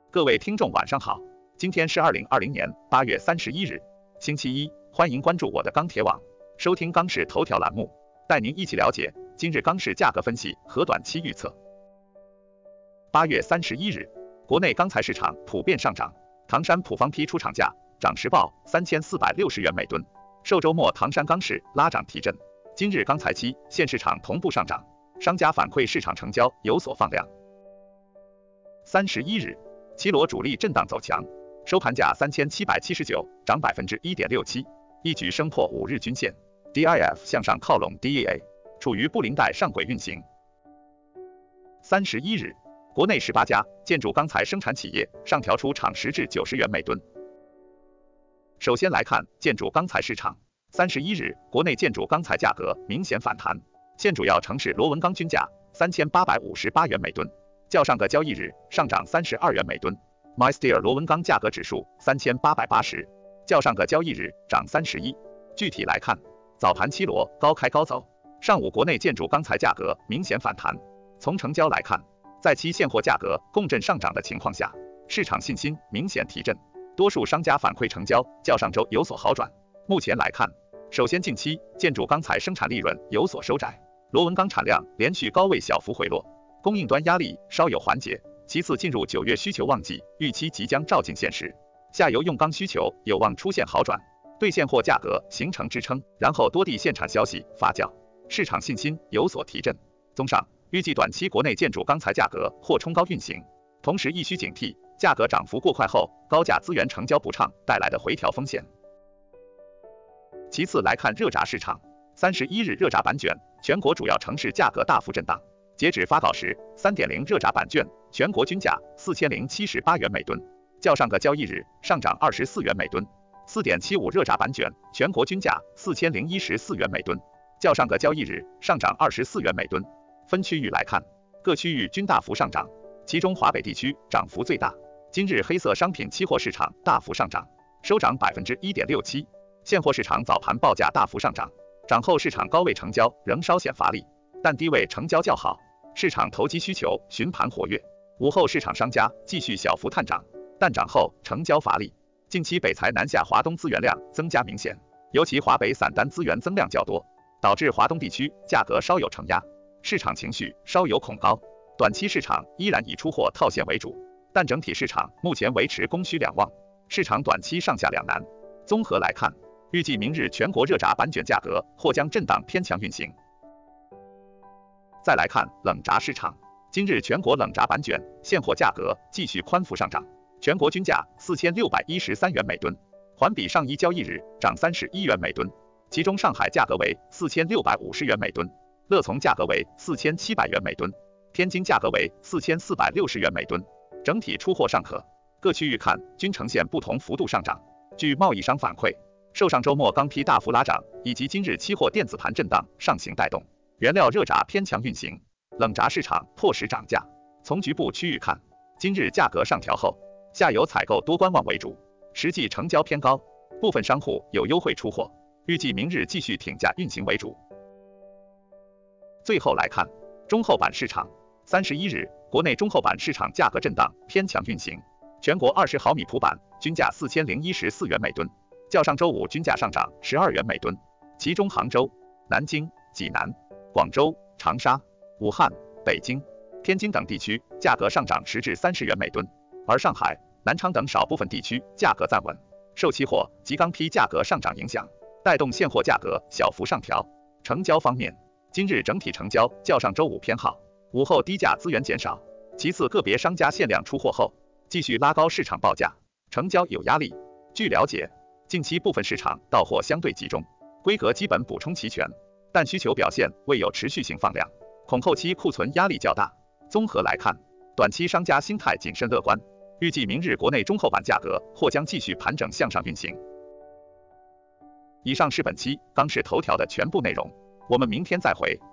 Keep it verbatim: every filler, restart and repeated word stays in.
各位听众晚上好，今天是二零二零年八月三十一日，星期一，欢迎关注我的钢铁网，收听钢市头条栏目，带您一起了解今日钢市价格分析和短期预测。八月三十一日，国内钢材市场普遍上涨，唐山普方坯出厂价涨时报三千四百六十元每吨，受周末唐山钢市拉涨提振，今日钢材期现市场同步上涨，商家反馈市场成交有所放量。三十一日，期螺主力震荡走强，收盘价三千七百七十九，涨 百分之一点六七， 一举升破五日均线 ，D I F 向上靠拢 D E A， 处于布林带上轨运行。三十一日，国内十八家建筑钢材生产企业上调出厂时至九十元每吨。首先来看建筑钢材市场，三十一日，国内建筑钢材价格明显反弹，现主要城市螺纹钢均价三千八百五十八元每吨。较上个交易日上涨三十二元每吨 ，MySteel 螺纹钢价格指数三千八百八十，较上个交易日涨三十一。具体来看，早盘期螺高开高走，上午国内建筑钢材价格明显反弹。从成交来看，在期现货价格共振上涨的情况下，市场信心明显提振，多数商家反馈成交较上周有所好转。目前来看，首先近期建筑钢材生产利润有所收窄，螺纹钢产量连续高位小幅回落。供应端压力稍有缓解，其次进入九月需求旺季，预期即将照进现实，下游用钢需求有望出现好转，对现货价格形成支撑，然后多地限产消息发酵，市场信心有所提振。综上，预计短期国内建筑钢材价格或冲高运行，同时亦需警惕价格涨幅过快后高价资源成交不畅带来的回调风险。其次来看热轧市场，三十一日热轧板卷全国主要城市价格大幅震荡。截止发稿时 ，三点零 热轧板卷全国均价四千零七十八元每吨，较上个交易日上涨二十四元每吨。四点七五 热轧板卷全国均价四千零一十四元每吨，较上个交易日上涨二十四元每吨。分区域来看，各区域均大幅上涨，其中华北地区涨幅最大。今日黑色商品期货市场大幅上涨，收涨 百分之一点六七， 现货市场早盘报价大幅上涨，涨后市场高位成交仍稍显乏力，但低位成交较好。市场投机需求寻盘活跃，午后市场商家继续小幅探涨，但涨后成交乏力。近期北财南下华东资源量增加明显，尤其华北散单资源增量较多，导致华东地区价格稍有承压，市场情绪稍有恐高。短期市场依然以出货套现为主，但整体市场目前维持供需两旺，市场短期上下两难。综合来看，预计明日全国热轧板卷价格或将震荡偏强运行。再来看冷轧市场，今日全国冷轧板卷现货价格继续宽幅上涨，全国均价四千六百一十三元每吨，环比上一交易日涨三十一元每吨，其中上海价格为四千六百五十元每吨，乐从价格为四千七百元每吨，天津价格为四千四百六十元每吨，整体出货尚可，各区域看均呈现不同幅度上涨。据贸易商反馈，受上周末钢坯大幅拉涨以及今日期货电子盘震荡上行带动，原料热轧偏强运行，冷轧市场迫使涨价。从局部区域看，今日价格上调后，下游采购多观望为主，实际成交偏高，部分商户有优惠出货，预计明日继续挺价运行为主。最后来看中厚板市场，三十一日，国内中厚板市场价格震荡偏强运行，全国二十毫米普板均价四千零一十四元每吨，较上周五均价上涨十二元每吨，其中杭州、南京、济南、广州、长沙、武汉、北京、天津等地区价格上涨十至三十元每吨，而上海、南昌等少部分地区价格暂稳，受期货及钢坯价格上涨影响，带动现货价格小幅上调。成交方面，今日整体成交较上周五偏好，午后低价资源减少，其次个别商家限量出货后，继续拉高市场报价，成交有压力。据了解，近期部分市场到货相对集中，规格基本补充齐全，但需求表现未有持续性放量，恐后期库存压力较大。综合来看，短期商家心态谨慎乐观，预计明日国内中厚板价格或将继续盘整向上运行。以上是本期钢市头条的全部内容，我们明天再会。